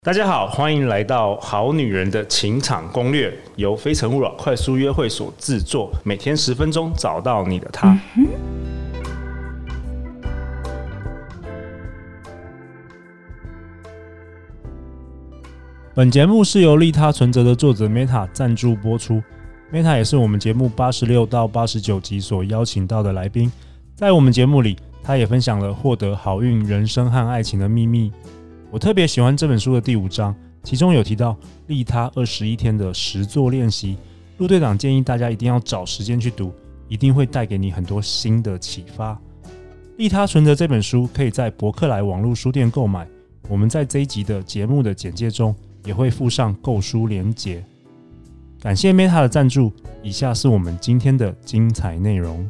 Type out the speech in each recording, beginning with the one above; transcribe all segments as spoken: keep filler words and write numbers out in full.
大家好，欢迎来到好女人的情场攻略，由非诚勿扰快速约会所制作，每天十分钟，找到你的他。嗯、本节目是由利他存折的作者 Meta 赞助播出。Meta 也是我们节目八十六到八十九集所邀请到的来宾，在我们节目里，他也分享了获得好运人生和爱情的秘密。我特别喜欢这本书的第五章，其中有提到利他二十一天的实作练习。陆队长建议大家一定要找时间去读，一定会带给你很多新的启发。利他存折这本书可以在博客来网络书店购买，我们在这一集的节目的简介中也会附上购书连结。感谢 Meta 的赞助，以下是我们今天的精彩内容。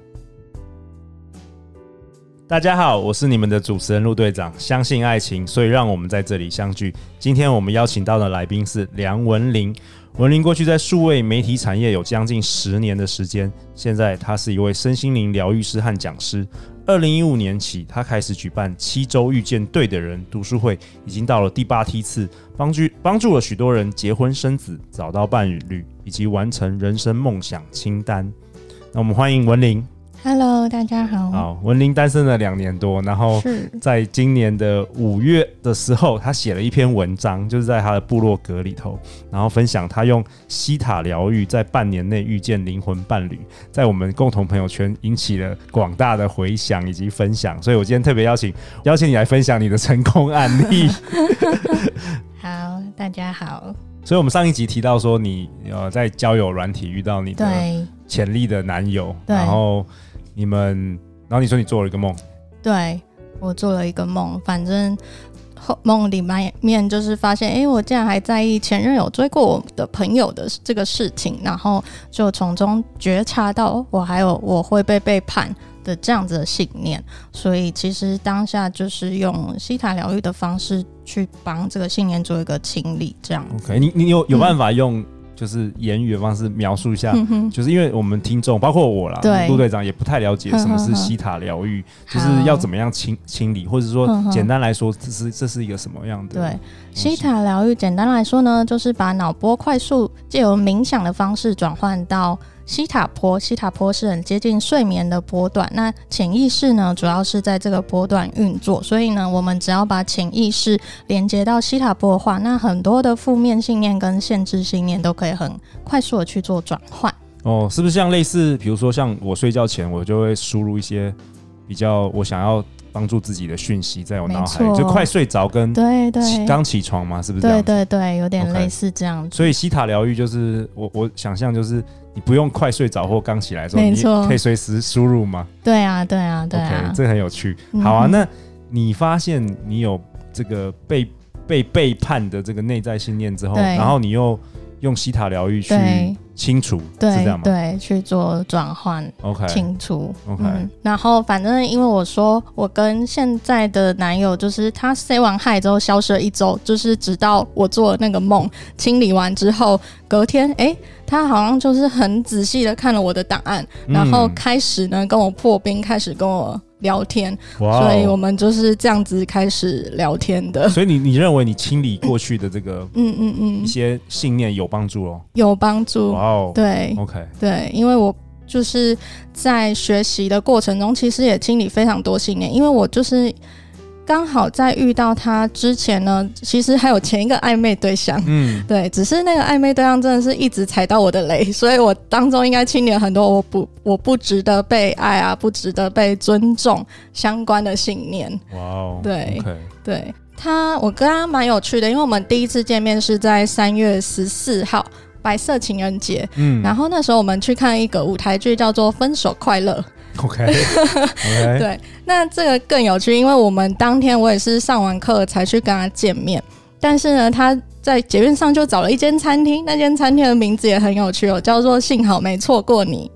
大家好，我是你们的主持人陆队长。相信爱情，所以让我们在这里相聚。今天我们邀请到的来宾是梁文玲。文玲过去在数位媒体产业有将近十年的时间，现在她是一位身心灵疗愈师和讲师。二零一五年起，她开始举办七周遇见对的人读书会，已经到了第八梯次，帮助帮助了许多人结婚生子、找到伴侣，以及完成人生梦想清单。那我们欢迎文玲。 Hello， 大家好。 好，文玲单身了两年多，然后在今年的五月的时候，他写了一篇文章，就是在他的部落格里头，然后分享他用西塔疗愈在半年内遇见灵魂伴侣，在我们共同朋友圈引起了广大的回响以及分享，所以我今天特别邀请邀请你来分享你的成功案例。 好，大家好。 所以我们上一集提到说你呃在交友软体遇到你的潜力的男友，然后你们，然后你说你做了一个梦。对， 我做了一个梦，反正梦里面就是发现，哎，我竟然还在意前任有追过我的朋友的这个事情，然后就从中觉察到我还有我会被背叛的这样子的信念，所以其实当下就是用西塔疗愈的方式去帮这个信念做一个清理，这样。 OK， 你你有有办法用、嗯就是言语的方式描述一下、嗯、就是因为我们听众包括我啦，陆队长也不太了解什么是西塔疗愈，就是要怎么样 清, 清理，或者说简单来说这是这是一个什么样的。 对，西塔疗愈简单来说呢，就是把脑波快速借由冥想的方式转换到西塔波。西塔波是很接近睡眠的波段，那潜意识呢主要是在这个波段运作，所以呢我们只要把潜意识连接到西塔波的话，那很多的负面信念跟限制信念都可以很快速的去做转换。 哦，是不是像类似比如说像我睡觉前我就会输入一些比较我想要帮助自己的讯息在我脑海里，就快睡着跟刚起床嘛，是不是这样？ 对对对，有点类似这样子。 Okay， 所以西塔疗愈就是我我想象就是你不用快睡着或刚起来的时候，你可以随时输入吗？ 对啊对啊对啊。 OK， 这很有趣。好啊、嗯，那你发现你有这个被被背叛的这个内在信念之后，然后你又用西塔疗愈去清除，是这样吗？ 对，去做转换 ，OK， 清除 ，OK、 嗯。然后反正因为我说我跟现在的男友，就是他 say 完嗨之后消失了一周，就是直到我做了那个梦清理完之后，隔天哎，他好像就是很仔细的看了我的档案，嗯、然后开始呢跟我破冰，开始跟我聊天， wow， 所以我们就是这样子开始聊天的。 所以你你认为你清理过去的这个嗯嗯嗯一些信念有帮助哦？ 有帮助。 哇哦， 对 ，OK， 对，因为我就是在学习的过程中，其实也清理非常多信念，因为我就是刚好在遇到他之前呢，其实还有前一个暧昧对象，嗯，对，只是那个暧昧对象真的是一直踩到我的雷，所以我当中应该清理了很多我不我不值得被爱啊，不值得被尊重相关的信念。 哇哦， 对 ，OK， 对，他我跟他蛮有趣的，因为我们第一次见面是在三月十四号。白色情人节、嗯，然后那时候我们去看一个舞台剧叫做《分手快乐》。 OK， okay 对，那这个更有趣，因为我们当天我也是上完课才去跟他见面，但是呢，他在捷运上就找了一间餐厅，那间餐厅的名字也很有趣哦，叫做“幸好没错过你”。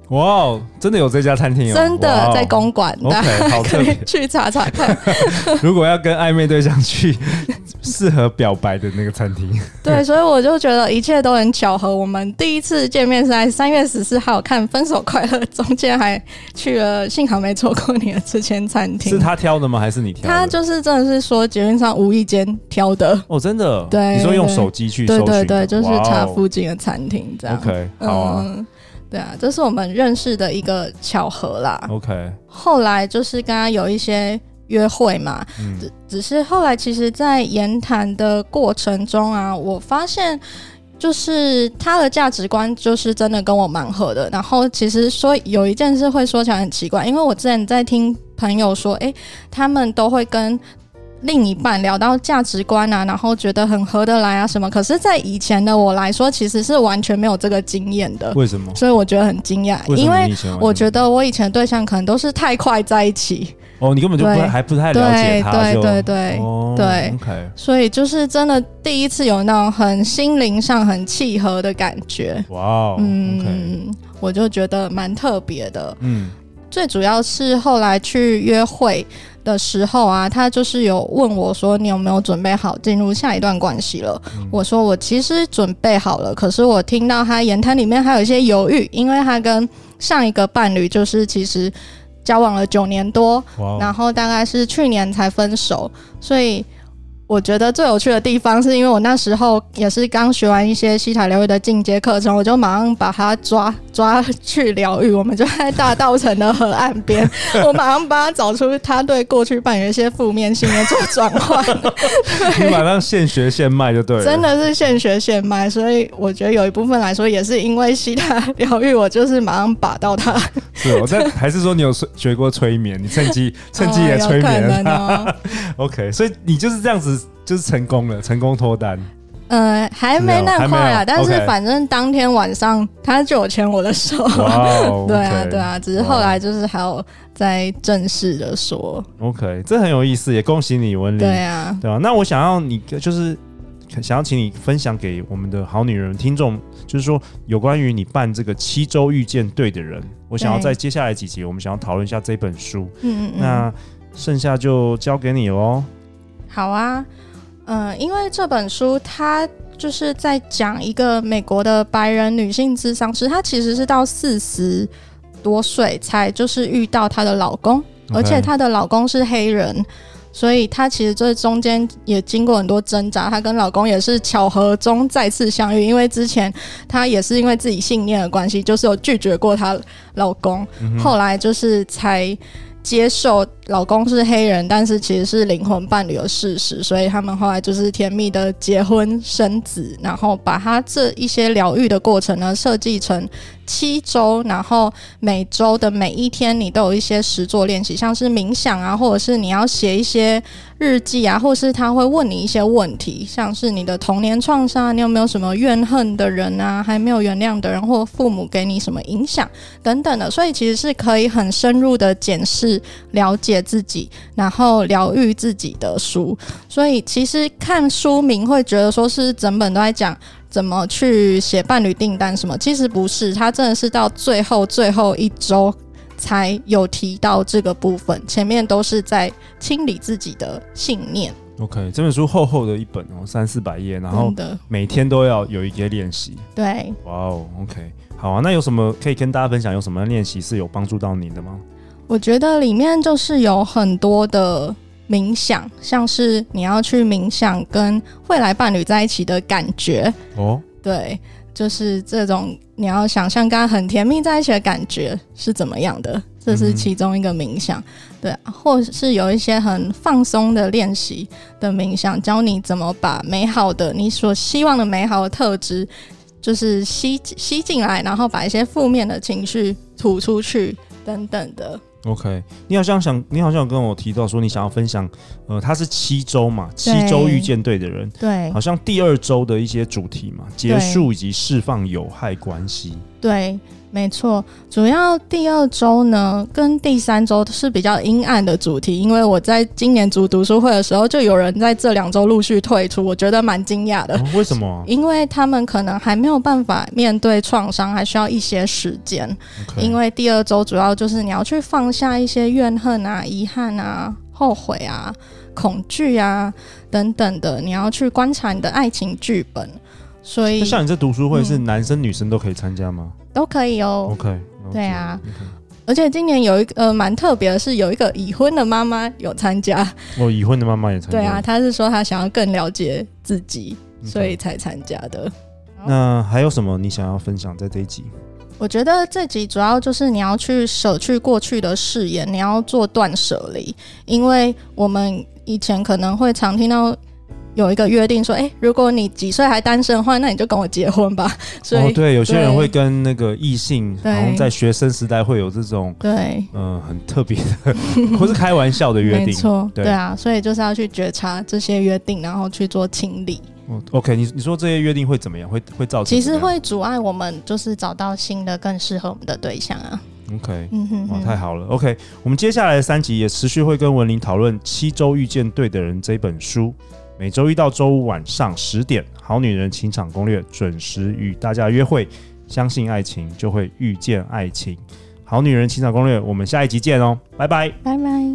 哇，真的有这家餐厅哦， 真的在公馆， OK， 好特别， 可以去查查看。 如果要跟暧昧对象去适合表白的那个餐厅， 对，所以我就觉得一切都很巧合。我们第一次见面是在三月十四号看《分手快乐》，中间还去了幸好没错过你的这间餐厅。 是他挑的吗？还是你挑的？ 他就是真的是说捷运上无意间挑的哦， 真的。 对， 你说用手机去搜寻？ 对对对，就是查附近的餐厅这样。 OK， 好啊。 嗯，对啊，这是我们认识的一个巧合啦。 OK， 后来就是跟他有一些约会嘛，嗯、只只是后来其实在言谈的过程中啊，我发现就是他的价值观就是真的跟我蛮合的。然后其实说有一件事会说起来很奇怪，因为我之前在听朋友说，哎，他们都会跟另一半聊到价值观啊，然后觉得很合得来啊什么，可是在以前的我来说其实是完全没有这个经验的。 为什么？ 所以我觉得很惊讶，因为我觉得我以前的对象可能都是太快在一起。 哦，你根本就不还不太了解他， 对对对对、哦、对、 okay， 所以就是真的第一次有那种很心灵上很契合的感觉。 哇哦， 嗯、okay，我就觉得蛮特别的。嗯，最主要是后来去约会的时候啊，他就是有问我说你有没有准备好进入下一段关系了、嗯、我说我其实准备好了，可是我听到他言谈里面还有一些犹豫，因为他跟上一个伴侣就是其实交往了九年多，然后大概是去年才分手，所以我觉得最有趣的地方是因为我那时候也是刚学完一些西塔疗愈的进阶课程，我就马上把他抓抓去疗愈，我们就在大稻埕的河岸边我马上帮他找出他对过去伴有一些负面信念做转换你马上现学现卖就对了， 真的是现学现卖。所以我觉得有一部分来说也是因为西塔疗愈，我就是马上把到他。 是我在还是说你有学过催眠，你趁机趁机也催眠了他、哦、OK， 所以你就是这样子就是成功了，成功脱单。 呃，还没那快啊，但是反正当天晚上他就有牵我的手。 Wow, 对啊，对啊，只是后来就是还有在正式的说。 OK， 这很有意思，也恭喜你文玲。 对啊， 对啊。那我想要你就是想要请你分享给我们的好女人听众，就是说有关于你办这个七周遇见对的人，我想要在接下来几集我们想要讨论一下这本书。嗯嗯嗯。那剩下就交给你咯。 好啊。嗯，因为这本书它就是在讲一个美国的白人女性咨商师，她其实是到四十多岁才就是遇到她的老公， okay. 而且她的老公是黑人，所以她其实这中间也经过很多挣扎，她跟老公也是巧合中再次相遇，因为之前她也是因为自己信念的关系，就是有拒绝过她老公、嗯、后来就是才接受老公是黑人，但是其实是灵魂伴侣的事实，所以他们后来就是甜蜜的结婚生子，然后把他这一些疗愈的过程呢设计成七周，然后每周的每一天你都有一些实作练习，像是冥想啊，或者是你要写一些日记啊，或是他会问你一些问题，像是你的童年创伤，你有没有什么怨恨的人啊，还没有原谅的人，或父母给你什么影响等等的，所以其实是可以很深入的检视了解自己，然后疗愈自己的书。所以其实看书名会觉得说是整本都在讲怎么去写伴侣订单什么，其实不是，它真的是到最后最后一周才有提到这个部分，前面都是在清理自己的信念。 OK， 这本书厚厚的一本哦，三四百页，然后每天都要有一个练习。 对， 哇哦 OK， 好啊，那有什么可以跟大家分享，有什么练习是有帮助到你的吗？ 我觉得里面就是有很多的冥想，像是你要去冥想跟未来伴侣在一起的感觉哦，对，就是这种你要想象跟他很甜蜜在一起的感觉是怎么样的，这是其中一个冥想、嗯、对，或是有一些很放松的练习的冥想，教你怎么把美好的你所希望的美好的特质就是吸吸进来，然后把一些负面的情绪吐出去等等的。 OK， 你好像想，你好像有跟我提到说你想要分享，呃，它是七周嘛，七周遇见对的人， 对， 好像第二周的一些主题嘛，结束以及释放有害关系。 对，没错，主要第二周呢跟第三周是比较阴暗的主题，因为我在今年组读书会的时候，就有人在这两周陆续退出，我觉得蛮惊讶的、 哦。为什么？因为他们可能还没有办法面对创伤，还需要一些时间。Okay. 因为第二周主要就是你要去放下一些怨恨啊、遗憾啊、后悔啊、恐惧啊等等的，你要去观察你的爱情剧本。所以像你这读书会是男生女生都可以参加吗？ 都可以哦。 OK， 对啊。Okay. 而且今年有一个呃蛮特别的是，有一个已婚的妈妈有参加。 哦，已婚的妈妈也参加。 对啊，她是说她想要更了解自己， okay. 所以才参加的。 那还有什么你想要分享在这一集？ 我觉得这集主要就是你要去舍去过去的誓言，你要做断舍离，因为我们以前可能会常听到有一个约定说，哎、欸，如果你几岁还单身的话，那你就跟我结婚吧。所以， 哦，对，有些人会跟那个异性，好像在学生时代会有这种， 对， 嗯、呃，很特别的，或是开玩笑的约定。 没错，对啊，所以就是要去觉察这些约定，然后去做清理。 哦、OK， 你你说这些约定会怎么样？会会造成？ 其实会阻碍我们，就是找到新的更适合我们的对象啊。 OK， 嗯哼哼，哇，太好了。OK， 我们接下来的三集也持续会跟文玲讨论《七周遇见对的人》这本书。每周一到周五晚上十点，《好女人情场攻略》准时与大家约会。相信爱情，就会遇见爱情。好女人情场攻略，我们下一集见哦，拜拜， 拜拜。